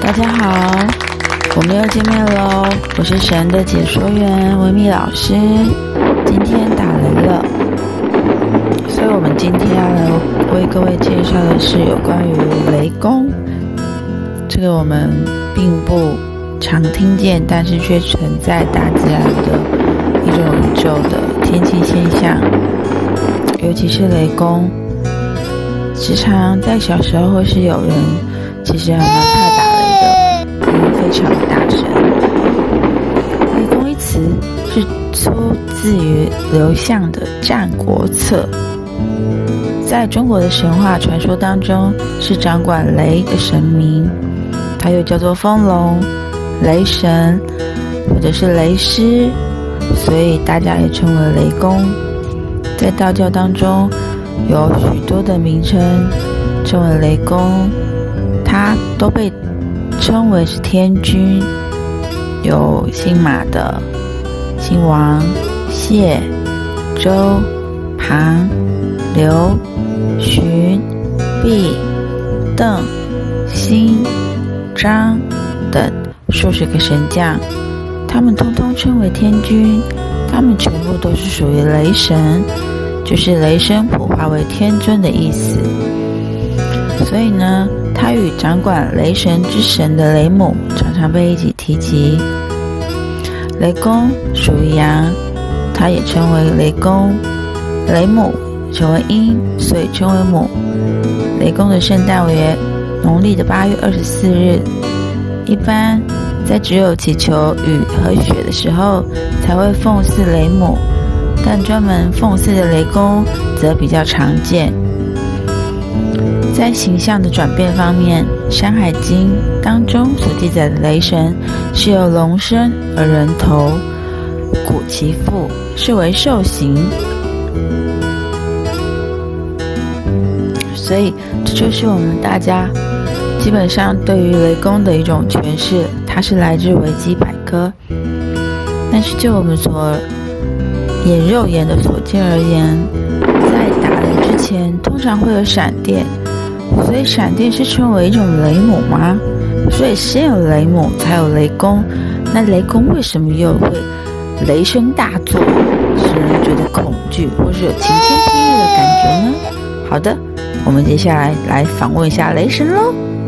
大家好，我们又见面喽！我是神的解说员维米老师。今天打雷了，所以我们今天要来为各位介绍的是有关于雷公。这个我们并不常听见，但是却存在大自然的一种宇宙的天气现象，尤其是雷公。时常在小时候或是有人其实还蛮怕打雷的，因为非常大声。雷公一词是出自于刘向的《战国策》。在中国的神话传说当中，是掌管雷的神明，它又叫做风龙、雷神或者是雷师，所以大家也称为雷公。在道教当中有许多的名称称为雷公，他都被称为是天君，有姓马的姓王、谢、周、庞、刘、荀、毕、邓、辛、张等数十个神将，他们通通称为天君，他们全部都是属于雷神，就是雷声普化为天尊的意思。所以呢，他与掌管雷神之神的雷母常常被一起提及。雷公属于阳，他也称为雷公。雷母成为阴，所以称为母。雷公的圣诞为农历的8月24日，一般在只有祈求雨和雪的时候才会奉祀雷母，但专门奉祀的雷公则比较常见。在形象的转变方面，《山海经》当中所记载的雷神是由龙身而人头，鼓其腹，是为兽形。所以这就是我们大家基本上对于雷公的一种诠释，它是来自维基百科。但是就我们所肉眼的所见而言，在打雷之前通常会有闪电，所以闪电是称为一种雷母吗？所以先有雷母才有雷公，那雷公为什么又会雷声大作，使人觉得恐惧或是有晴天霹雳的感觉呢？好的，我们接下来访问一下雷神咯。